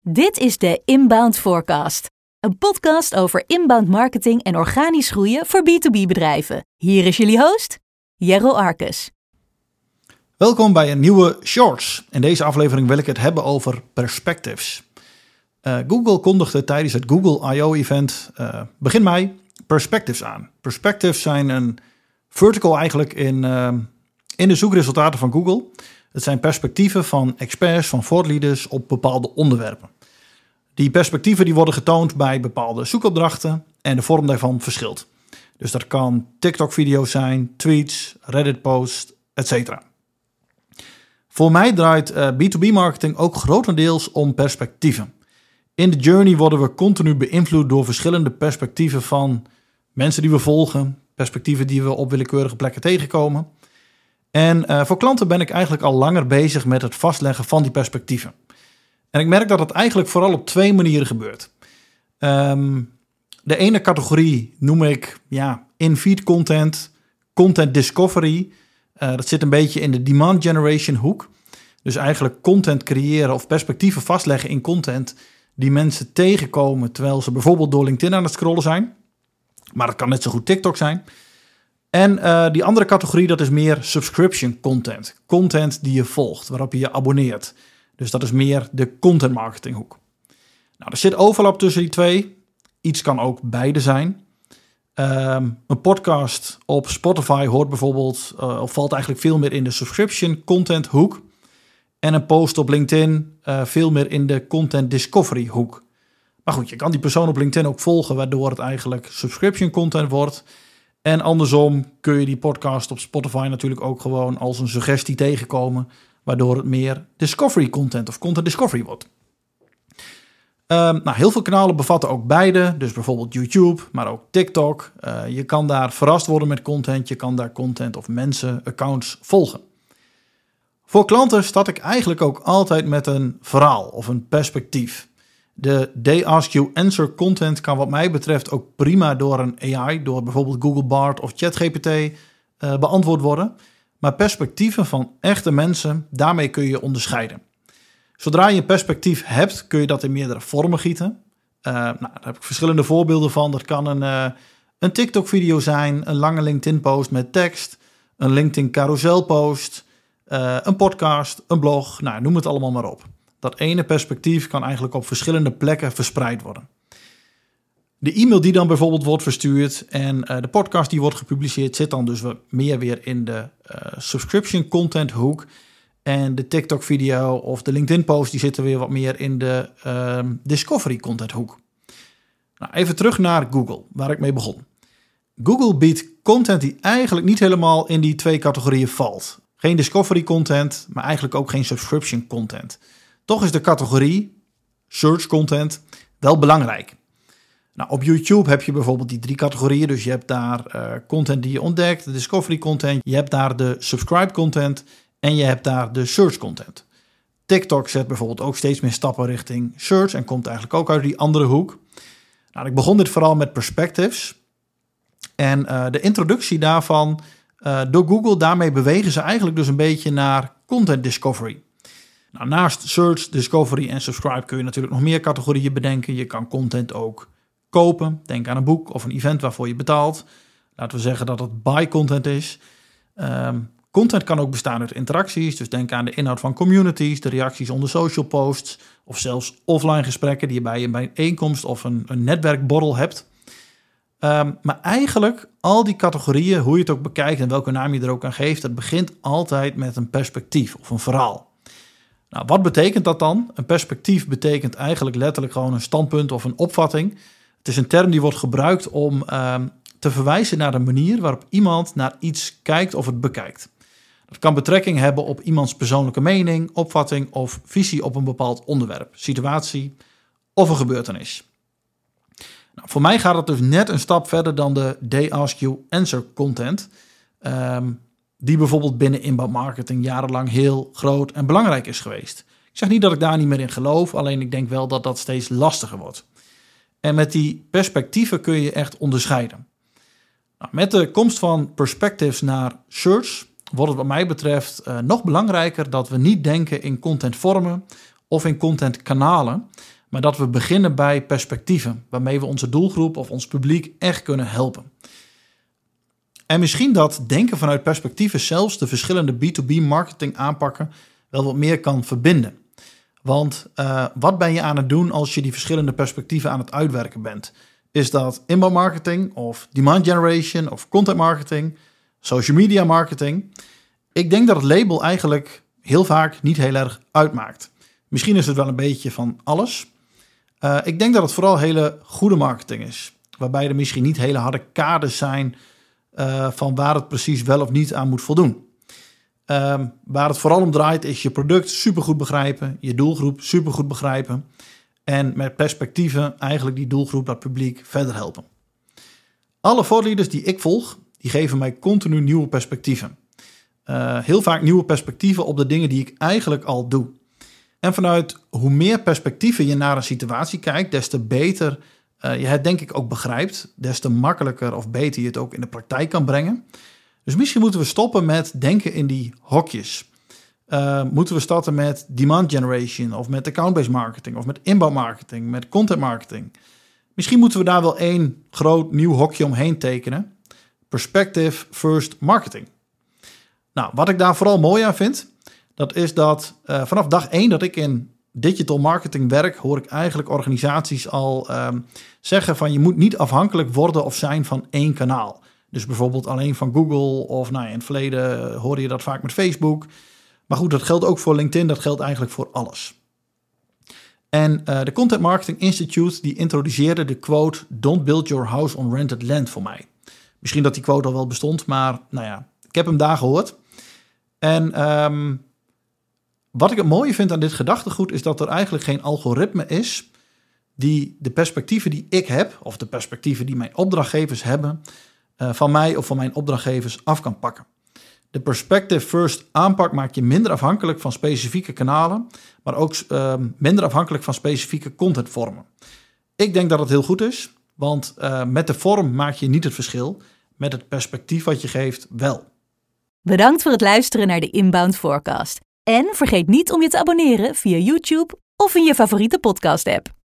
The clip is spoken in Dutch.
Dit is de Inbound Forecast, een podcast over inbound marketing en organisch groeien voor B2B bedrijven. Hier is jullie host, Jero Arcus. Welkom bij een nieuwe Shorts. In deze aflevering wil ik het hebben over perspectives. Google kondigde tijdens het Google I.O.-event begin mei perspectives aan. Perspectives zijn een vertical eigenlijk in de zoekresultaten van Google. Het zijn perspectieven van experts, van thought leaders op bepaalde onderwerpen. Die perspectieven die worden getoond bij bepaalde zoekopdrachten en de vorm daarvan verschilt. Dus dat kan TikTok-video's zijn, tweets, Reddit-posts, etc. Voor mij draait B2B-marketing ook grotendeels om perspectieven. In de journey worden we continu beïnvloed door verschillende perspectieven van mensen die we volgen, perspectieven die we op willekeurige plekken tegenkomen. En voor klanten ben ik eigenlijk al langer bezig met het vastleggen van die perspectieven. En ik merk dat het eigenlijk vooral op twee manieren gebeurt. De ene categorie noem ik in-feed content, content discovery. Dat zit een beetje in de demand generation hoek. Dus eigenlijk content creëren of perspectieven vastleggen in content die mensen tegenkomen terwijl ze bijvoorbeeld door LinkedIn aan het scrollen zijn. Maar dat kan net zo goed TikTok zijn. En die andere categorie, dat is meer subscription content. Content die je volgt, waarop je je abonneert. Dus dat is meer de content marketing hoek. Nou, er zit overlap tussen die twee. Iets kan ook beide zijn. Een podcast op Spotify hoort bijvoorbeeld, of valt eigenlijk veel meer in de subscription content hoek. En een post op LinkedIn veel meer in de content discovery hoek. Maar goed, je kan die persoon op LinkedIn ook volgen, waardoor het eigenlijk subscription content wordt. En andersom kun je die podcast op Spotify natuurlijk ook gewoon als een suggestie tegenkomen, waardoor het meer discovery content of content discovery wordt. Heel veel kanalen bevatten ook beide, dus bijvoorbeeld YouTube, maar ook TikTok. Je kan daar verrast worden met content, je kan daar content of mensen, accounts volgen. Voor klanten start ik eigenlijk ook altijd met een verhaal of een perspectief. De They Ask You Answer content kan wat mij betreft ook prima door een AI, door bijvoorbeeld Google Bard of ChatGPT beantwoord worden. Maar perspectieven van echte mensen, daarmee kun je onderscheiden. Zodra je een perspectief hebt, kun je dat in meerdere vormen gieten. Daar heb ik verschillende voorbeelden van. Dat kan een TikTok-video zijn, een lange LinkedIn-post met tekst, een LinkedIn carouselpost, een podcast, een blog, noem het allemaal maar op. Dat ene perspectief kan eigenlijk op verschillende plekken verspreid worden. De e-mail die dan bijvoorbeeld wordt verstuurd en de podcast die wordt gepubliceerd zit dan dus meer weer in de subscription content hoek. En de TikTok video of de LinkedIn post die zitten weer wat meer in de discovery content hoek. Nou, even terug naar Google, waar ik mee begon. Google biedt content die eigenlijk niet helemaal in die twee categorieën valt. Geen discovery content, maar eigenlijk ook geen subscription content. Toch is de categorie search content wel belangrijk. Nou, op YouTube heb je bijvoorbeeld die drie categorieën. Dus je hebt daar content die je ontdekt, de discovery content. Je hebt daar de subscribe content en je hebt daar de search content. TikTok zet bijvoorbeeld ook steeds meer stappen richting search en komt eigenlijk ook uit die andere hoek. Nou, ik begon dit vooral met perspectives. En de introductie daarvan door Google, daarmee bewegen ze eigenlijk dus een beetje naar content discovery. Nou, naast search, discovery en subscribe kun je natuurlijk nog meer categorieën bedenken. Je kan content ook kopen. Denk aan een boek of een event waarvoor je betaalt. Laten we zeggen dat het buy content is. Content kan ook bestaan uit interacties. Dus denk aan de inhoud van communities, de reacties onder social posts of zelfs offline gesprekken die je bij een bijeenkomst of een netwerkborrel hebt. Maar eigenlijk al die categorieën, hoe je het ook bekijkt en welke naam je er ook aan geeft, het begint altijd met een perspectief of een verhaal. Nou, wat betekent dat dan? Een perspectief betekent eigenlijk letterlijk gewoon een standpunt of een opvatting. Het is een term die wordt gebruikt om te verwijzen naar de manier waarop iemand naar iets kijkt of het bekijkt. Dat kan betrekking hebben op iemands persoonlijke mening, opvatting of visie op een bepaald onderwerp, situatie of een gebeurtenis. Nou, voor mij gaat het dus net een stap verder dan de They Ask You Answer content, die bijvoorbeeld binnen inbound marketing jarenlang heel groot en belangrijk is geweest. Ik zeg niet dat ik daar niet meer in geloof, alleen ik denk wel dat dat steeds lastiger wordt. En met die perspectieven kun je echt onderscheiden. Nou, met de komst van perspectives naar search wordt het wat mij betreft nog belangrijker dat we niet denken in contentvormen of in contentkanalen, maar dat we beginnen bij perspectieven, waarmee we onze doelgroep of ons publiek echt kunnen helpen. En misschien dat denken vanuit perspectieven zelfs de verschillende B2B marketing aanpakken wel wat meer kan verbinden. Want wat ben je aan het doen als je die verschillende perspectieven aan het uitwerken bent? Is dat inbound marketing of demand generation of content marketing, social media marketing? Ik denk dat het label eigenlijk heel vaak niet heel erg uitmaakt. Misschien is het wel een beetje van alles. Ik denk dat het vooral hele goede marketing is. Waarbij er misschien niet hele harde kaders zijn van waar het precies wel of niet aan moet voldoen. Waar het vooral om draait is je product supergoed begrijpen, je doelgroep supergoed begrijpen en met perspectieven eigenlijk die doelgroep, dat publiek verder helpen. Alle thought-leaders die ik volg, die geven mij continu nieuwe perspectieven. Heel vaak nieuwe perspectieven op de dingen die ik eigenlijk al doe. En vanuit hoe meer perspectieven je naar een situatie kijkt, des te beter je het denk ik ook begrijpt, des te makkelijker of beter je het ook in de praktijk kan brengen. Dus misschien moeten we stoppen met denken in die hokjes. Moeten we starten met demand generation of met account-based marketing of met inbound marketing, met content marketing. Misschien moeten we daar wel één groot nieuw hokje omheen tekenen. Perspective first marketing. Nou, wat ik daar vooral mooi aan vind, dat is dat vanaf dag 1 dat ik in digital marketing werk, hoor ik eigenlijk organisaties al zeggen van je moet niet afhankelijk worden of zijn van één kanaal. Dus bijvoorbeeld alleen van Google of in het verleden hoorde je dat vaak met Facebook. Maar goed, dat geldt ook voor LinkedIn, dat geldt eigenlijk voor alles. En de Content Marketing Institute die introduceerde de quote "Don't build your house on rented land" voor mij. Misschien dat die quote al wel bestond, maar ik heb hem daar gehoord. En wat ik het mooie vind aan dit gedachtegoed is dat er eigenlijk geen algoritme is die de perspectieven die ik heb, of de perspectieven die mijn opdrachtgevers hebben, van mij of van mijn opdrachtgevers af kan pakken. De perspective first aanpak maakt je minder afhankelijk van specifieke kanalen, maar ook minder afhankelijk van specifieke contentvormen. Ik denk dat het heel goed is, want met de vorm maak je niet het verschil, met het perspectief wat je geeft wel. Bedankt voor het luisteren naar de Inbound Forecast. En vergeet niet om je te abonneren via YouTube of in je favoriete podcast-app.